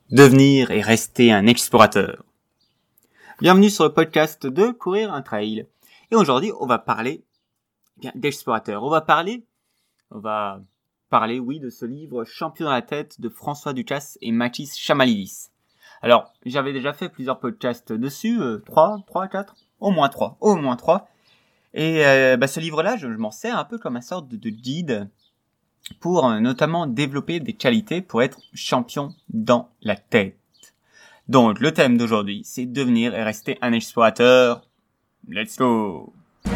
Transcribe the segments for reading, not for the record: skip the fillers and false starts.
Devenir et rester un explorateur. Bienvenue sur le podcast de Courir un Trail. Et aujourd'hui, on va parler d'explorateur. On va parler, de ce livre Champion dans la tête de François Ducasse et Mathis Chamalidis. Alors, j'avais déjà fait plusieurs podcasts dessus, 3, 4, au moins 3. Et ce livre-là, je m'en sers un peu comme une sorte de guide pour notamment développer des qualités pour être champion dans la tête. Donc, le thème d'aujourd'hui, c'est devenir et rester un explorateur. Let's go!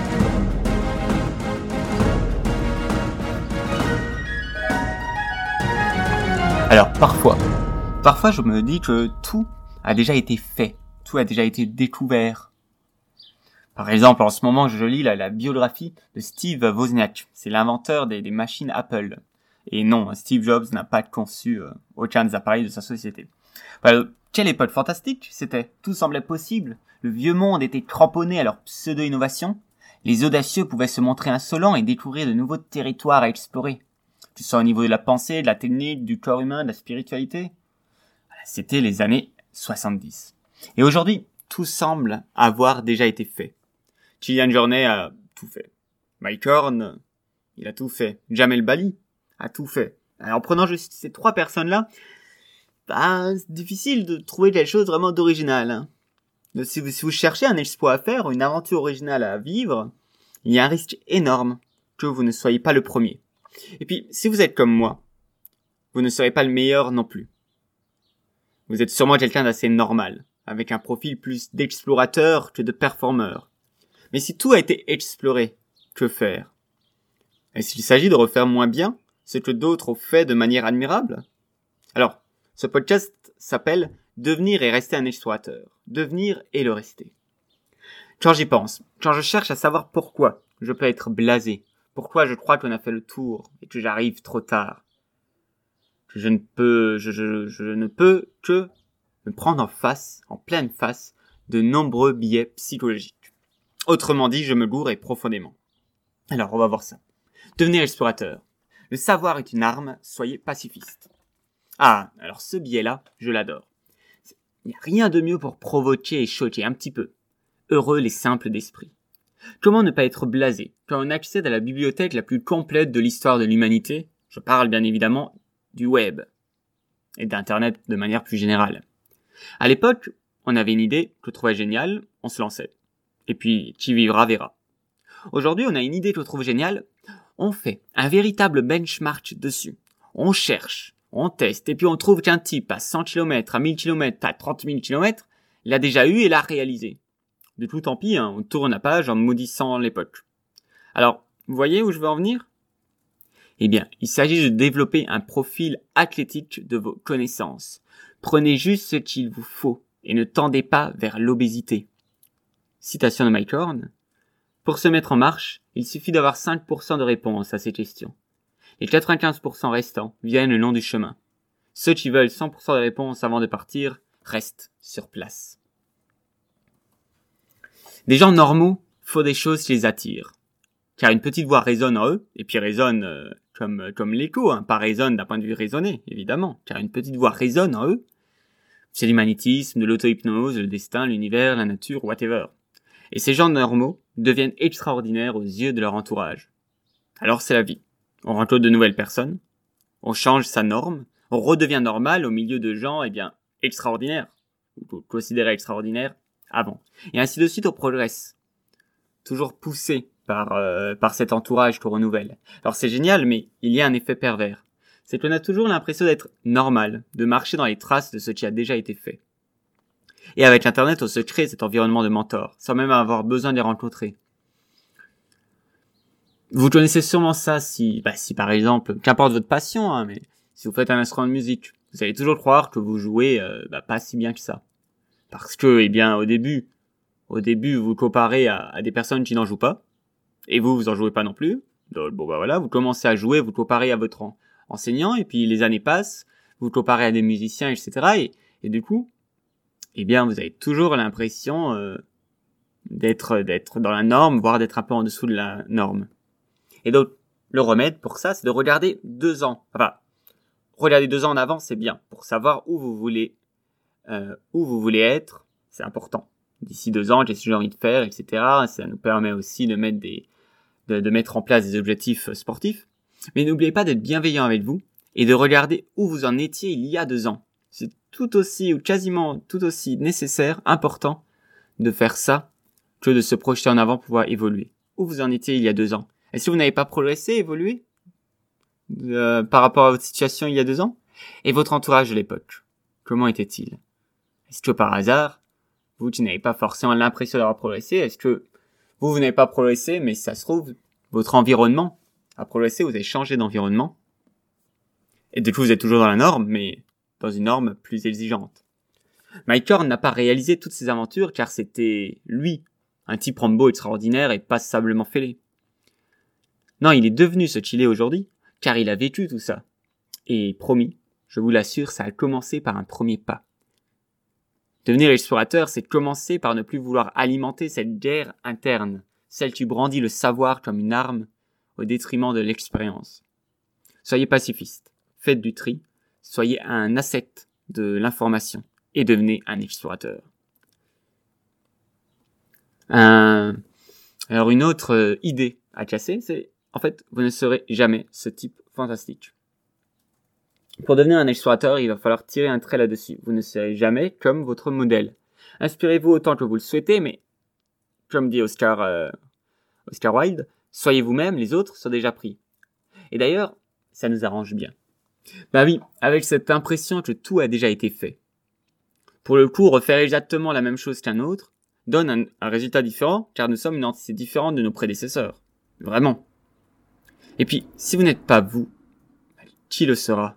Alors, parfois je me dis que tout a déjà été fait, tout a déjà été découvert. Par exemple, en ce moment, je lis la biographie de Steve Wozniak. C'est l'inventeur des machines Apple. Et non, Steve Jobs n'a pas conçu aucun des appareils de sa société. Voilà, quelle époque fantastique c'était. Tout semblait possible. Le vieux monde était cramponné à leur pseudo-innovation. Les audacieux pouvaient se montrer insolents et découvrir de nouveaux territoires à explorer. Que ce soit au niveau de la pensée, de la technique, du corps humain, de la spiritualité. C'était les années 70. Et aujourd'hui, tout semble avoir déjà été fait. Kylian Jornet a tout fait. Mike Horn, il a tout fait. Jamel Bali a tout fait. Alors, en prenant juste ces 3 personnes-là, c'est difficile de trouver quelque chose vraiment d'original. Hein. Si vous cherchez un exploit à faire, une aventure originale à vivre, il y a un risque énorme que vous ne soyez pas le premier. Et puis, si vous êtes comme moi, vous ne serez pas le meilleur non plus. Vous êtes sûrement quelqu'un d'assez normal, avec un profil plus d'explorateur que de performeur. Mais si tout a été exploré, que faire? Est-ce qu'il s'agit de refaire moins bien ce que d'autres ont fait de manière admirable? Alors, ce podcast s'appelle « Devenir et rester un explorateur ». Devenir et le rester. Quand j'y pense, quand je cherche à savoir pourquoi je peux être blasé, pourquoi je crois qu'on a fait le tour et que j'arrive trop tard, que je ne peux que me prendre en pleine face, de nombreux biais psychologiques. Autrement dit, je me gourais profondément. Alors, on va voir ça. Devenir explorateur. Le savoir est une arme, soyez pacifiste. Ah, alors ce biais-là, je l'adore. Il n'y a rien de mieux pour provoquer et choquer un petit peu. Heureux les simples d'esprit. Comment ne pas être blasé quand on accède à la bibliothèque la plus complète de l'histoire de l'humanité? Je parle bien évidemment du web et d'Internet de manière plus générale. À l'époque, on avait une idée que je trouvais géniale, on se lançait. Et puis, qui vivra verra. Aujourd'hui, on a une idée que je trouve géniale, on fait un véritable benchmark dessus. On cherche, on teste, et puis on trouve qu'un type à 100 km, à 1000 km, à 30 000 km, l'a déjà eu et l'a réalisé. Du coup, tant pis, on tourne la page en maudissant l'époque. Alors, vous voyez où je veux en venir? Eh bien, il s'agit de développer un profil athlétique de vos connaissances. Prenez juste ce qu'il vous faut et ne tendez pas vers l'obésité. Citation de Mike Horn. Pour se mettre en marche, il suffit d'avoir 5% de réponses à ces questions. Les 95% restants viennent le long du chemin. Ceux qui veulent 100% de réponses avant de partir restent sur place. Des gens normaux font des choses qui les attirent. Car une petite voix résonne en eux, et puis résonne comme l'écho, pas résonne d'un point de vue raisonné, évidemment, car une petite voix résonne en eux. C'est du magnétisme, de l'auto-hypnose, le destin, l'univers, la nature, whatever. Et ces gens normaux deviennent extraordinaires aux yeux de leur entourage. Alors c'est la vie. On rencontre de nouvelles personnes, on change sa norme, on redevient normal au milieu de gens, extraordinaires, ou considérés extraordinaires avant. Et ainsi de suite on progresse. Toujours poussé par cet entourage qu'on renouvelle. Alors c'est génial, mais il y a un effet pervers. C'est qu'on a toujours l'impression d'être normal, de marcher dans les traces de ce qui a déjà été fait. Et avec Internet, on se crée cet environnement de mentors, sans même avoir besoin de les rencontrer. Vous connaissez sûrement ça si par exemple, qu'importe votre passion, mais si vous faites un instrument de musique, vous allez toujours croire que vous jouez pas si bien que ça. Parce que, au début, vous comparez à des personnes qui n'en jouent pas, et vous en jouez pas non plus. Donc, vous commencez à jouer, vous comparez à votre enseignant, et puis les années passent, vous comparez à des musiciens, etc. Et du coup, vous avez toujours l'impression d'être dans la norme, voire d'être un peu en dessous de la norme. Et donc, le remède pour ça, c'est de regarder 2 ans. Regarder 2 ans en avant, c'est bien, pour savoir où vous voulez où vous voulez être, c'est important. D'ici 2 ans, qu'est-ce que j'ai envie de faire, etc. Ça nous permet aussi de mettre en place des objectifs sportifs. Mais n'oubliez pas d'être bienveillant avec vous et de regarder où vous en étiez il y a 2 ans. C'est tout aussi, ou quasiment tout aussi nécessaire, important de faire ça que de se projeter en avant pour pouvoir évoluer. Où vous en étiez il y a 2 ans. Est-ce que vous n'avez pas progressé, évolué par rapport à votre situation il y a 2 ans? Et votre entourage de l'époque, comment était-il? Est-ce que par hasard, vous qui n'avez pas forcément l'impression d'avoir progressé, est-ce que vous n'avez pas progressé, mais ça se trouve, votre environnement a progressé, vous avez changé d'environnement, et du coup vous êtes toujours dans la norme, mais dans une norme plus exigeante. Mike Horn n'a pas réalisé toutes ces aventures car c'était lui, un type Rambo extraordinaire et passablement fêlé. Non, il est devenu ce qu'il est aujourd'hui, car il a vécu tout ça. Et promis, je vous l'assure, ça a commencé par un premier pas. Devenir explorateur, c'est commencer par ne plus vouloir alimenter cette guerre interne, celle qui brandit le savoir comme une arme au détriment de l'expérience. Soyez pacifiste, faites du tri, soyez un asset de l'information et devenez un explorateur. Alors une autre idée à casser, c'est en fait, vous ne serez jamais ce type fantastique. Pour devenir un explorateur, il va falloir tirer un trait là-dessus. Vous ne serez jamais comme votre modèle. Inspirez-vous autant que vous le souhaitez, mais comme dit Oscar Wilde, soyez vous-même, les autres sont déjà pris. Et d'ailleurs, ça nous arrange bien. Bah oui, avec cette impression que tout a déjà été fait. Pour le coup, refaire exactement la même chose qu'un autre donne un résultat différent, car nous sommes une entité différente de nos prédécesseurs. Vraiment. Et puis, si vous n'êtes pas vous, qui le sera?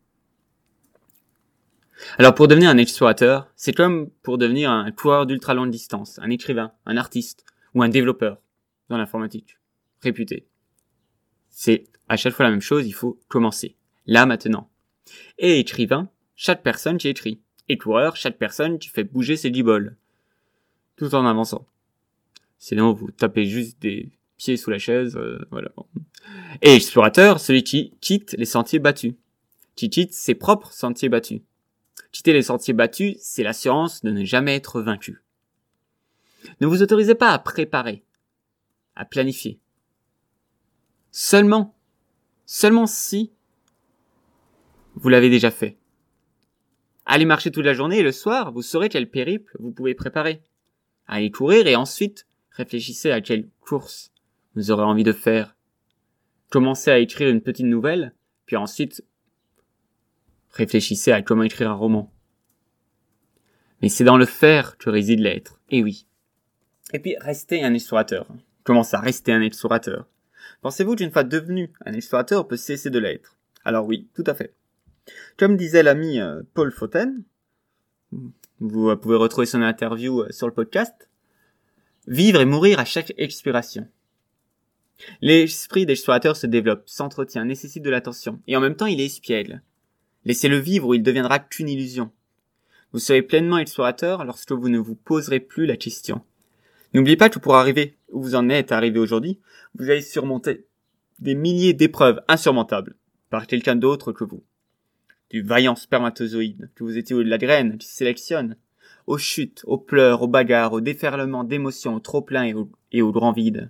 Alors pour devenir un explorateur, c'est comme pour devenir un coureur d'ultra longue distance, un écrivain, un artiste ou un développeur dans l'informatique, réputé. C'est à chaque fois la même chose, il faut commencer, là maintenant. Et écrivain, chaque personne qui écrit. Et coureur, chaque personne qui fait bouger ses guibolles, tout en avançant. Sinon vous tapez juste des pieds sous la chaise, voilà. Et explorateur, celui qui quitte les sentiers battus, qui quitte ses propres sentiers battus. Quitter les sentiers battus, c'est l'assurance de ne jamais être vaincu. Ne vous autorisez pas à préparer, à planifier. Seulement si vous l'avez déjà fait. Allez marcher toute la journée et le soir, vous saurez quel périple vous pouvez préparer. Allez courir et ensuite, réfléchissez à quelle course vous aurez envie de faire. Commencez à écrire une petite nouvelle, puis ensuite, réfléchissez à comment écrire un roman. Mais c'est dans le faire que réside l'être. Et oui. Et puis, restez un explorateur. Comment ça, rester un explorateur? Pensez-vous qu'une fois devenu un explorateur, on peut cesser de l'être? Alors oui, tout à fait. Comme disait l'ami Paul Fontaine, vous pouvez retrouver son interview sur le podcast, vivre et mourir à chaque expiration. L'esprit d'explorateur se développe, s'entretient, nécessite de l'attention, et en même temps il est espiègle. Laissez-le vivre ou il deviendra qu'une illusion. Vous serez pleinement explorateur lorsque vous ne vous poserez plus la question. N'oubliez pas que pour arriver où vous en êtes arrivé aujourd'hui, vous avez surmonté des milliers d'épreuves insurmontables par quelqu'un d'autre que vous. Du vaillant spermatozoïde que vous étiez, ou de la graine qui sélectionne, aux chutes, aux pleurs, aux bagarres, aux déferlements d'émotions, au trop-plein et au grand vide.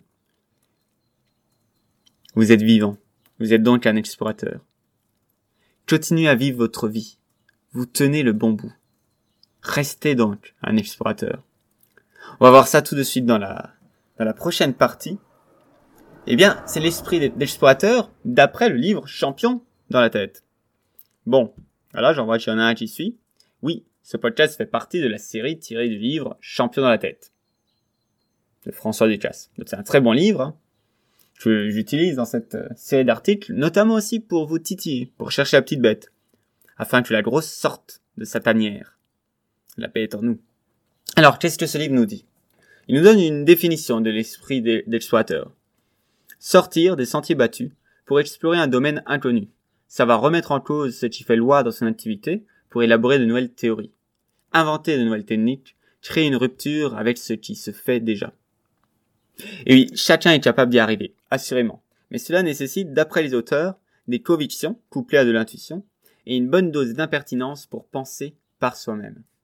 Vous êtes vivant. Vous êtes donc un explorateur. Continuez à vivre votre vie. Vous tenez le bon bout. Restez donc un explorateur. On va voir ça tout de suite dans la prochaine partie. Eh bien, c'est l'esprit d'explorateur d'après le livre Champion dans la tête. Bon, voilà, j'en vois qu'il y en a un qui suit. Oui, ce podcast fait partie de la série tirée du livre Champion dans la tête de François Ducasse. Donc c'est un très bon livre, hein, que j'utilise dans cette série d'articles, notamment aussi pour vous titiller, pour chercher la petite bête, afin que la grosse sorte de sa tanière. La paix est en nous. Alors, qu'est-ce que ce livre nous dit? Il nous donne une définition de l'esprit d'explorateur. Sortir des sentiers battus pour explorer un domaine inconnu. Ça va remettre en cause ce qui fait loi dans son activité pour élaborer de nouvelles théories. Inventer de nouvelles techniques, créer une rupture avec ce qui se fait déjà. Et oui, chacun est capable d'y arriver, assurément. Mais cela nécessite, d'après les auteurs, des convictions couplées à de l'intuition et une bonne dose d'impertinence pour penser par soi-même.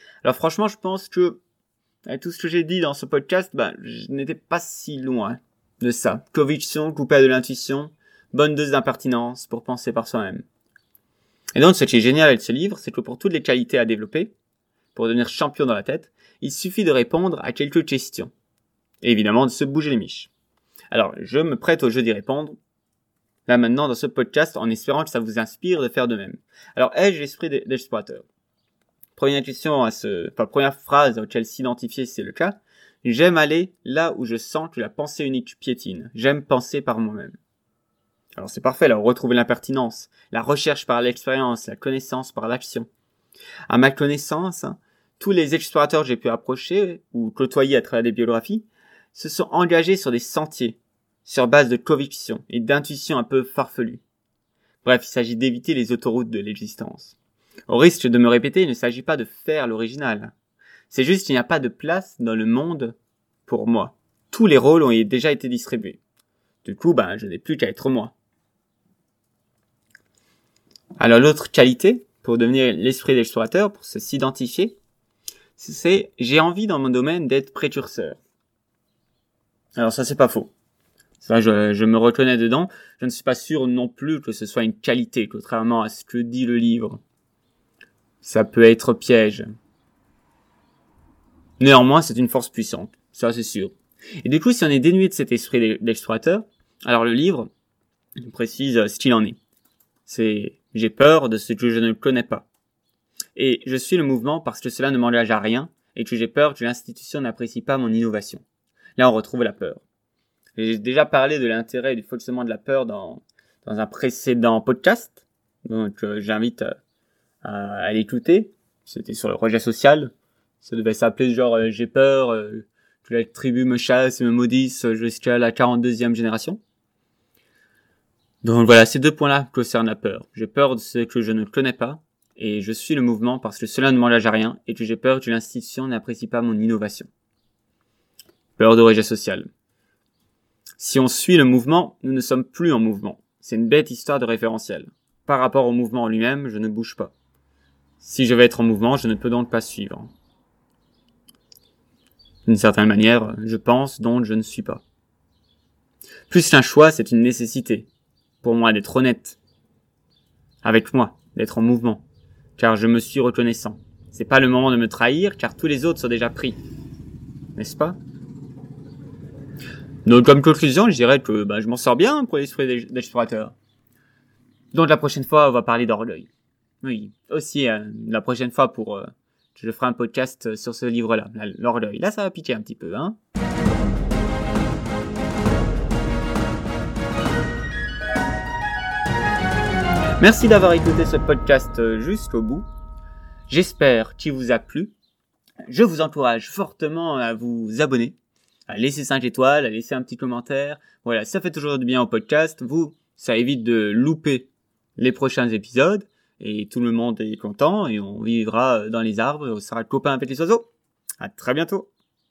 Alors franchement, je pense que avec tout ce que j'ai dit dans ce podcast, je n'étais pas si loin de ça. Conviction coupée de l'intuition, bonne dose d'impertinence pour penser par soi-même. Et donc, ce qui est génial avec ce livre, c'est que pour toutes les qualités à développer, pour devenir champion dans la tête, il suffit de répondre à quelques questions. Et évidemment, de se bouger les miches. Alors, je me prête au jeu d'y répondre, là maintenant dans ce podcast, en espérant que ça vous inspire de faire de même. Alors, ai-je l'esprit d'explorateur? Première phrase auquel s'identifier si c'est le cas. J'aime aller là où je sens que la pensée unique piétine. J'aime penser par moi-même. Alors c'est parfait, là, on retrouve l'impertinence, la recherche par l'expérience, la connaissance par l'action. À ma connaissance, tous les explorateurs que j'ai pu approcher ou côtoyer à travers des biographies se sont engagés sur des sentiers, sur base de conviction et d'intuition un peu farfelues. Bref, il s'agit d'éviter les autoroutes de l'existence. Au risque de me répéter, il ne s'agit pas de faire l'original. C'est juste qu'il n'y a pas de place dans le monde pour moi. Tous les rôles ont déjà été distribués. Du coup, je n'ai plus qu'à être moi. Alors l'autre qualité, pour devenir l'esprit d'explorateur, pour s'identifier, c'est j'ai envie dans mon domaine d'être précurseur. Alors ça c'est pas faux. Ça je me reconnais dedans. Je ne suis pas sûr non plus que ce soit une qualité, contrairement à ce que dit le livre. Ça peut être piège. Néanmoins, c'est une force puissante. Ça, c'est sûr. Et du coup, si on est dénué de cet esprit d'explorateur, alors le livre précise ce qu'il en est. C'est « J'ai peur de ce que je ne connais pas. Et je suis le mouvement parce que cela ne m'engage à rien et que j'ai peur que l'institution n'apprécie pas mon innovation. » Là, on retrouve la peur. J'ai déjà parlé de l'intérêt et du fonctionnement de la peur dans un précédent podcast. Donc, j'invite à l'écouter. C'était sur le rejet social. Ça devait s'appeler genre j'ai peur que la tribu me chasse et me maudisse jusqu'à la 42e génération. Donc voilà, ces deux points-là concernent la peur. J'ai peur de ce que je ne connais pas et je suis le mouvement parce que cela ne m'engage à rien et que j'ai peur que l'institution n'apprécie pas mon innovation. Peur de rejet social. Si on suit le mouvement, nous ne sommes plus en mouvement. C'est une bête histoire de référentiel. Par rapport au mouvement en lui-même, je ne bouge pas. Si je vais être en mouvement, je ne peux donc pas suivre. D'une certaine manière, je pense, donc je ne suis pas. Plus qu'un choix, c'est une nécessité. Pour moi, d'être honnête. Avec moi, d'être en mouvement. Car je me suis reconnaissant. C'est pas le moment de me trahir, car tous les autres sont déjà pris. N'est-ce pas? Donc, comme conclusion, je dirais que je m'en sors bien pour l'esprit d'explorateur. Donc, la prochaine fois, on va parler d'orgueil. Oui, aussi, la prochaine fois je ferai un podcast sur ce livre-là, l'orgueil. Là, ça va piquer un petit peu, hein. Merci d'avoir écouté ce podcast jusqu'au bout. J'espère qu'il vous a plu. Je vous encourage fortement à vous abonner, à laisser 5 étoiles, à laisser un petit commentaire. Voilà, ça fait toujours du bien au podcast. Ça évite de louper les prochains épisodes. Et tout le monde est content et on vivra dans les arbres et on sera copains avec les oiseaux. À très bientôt.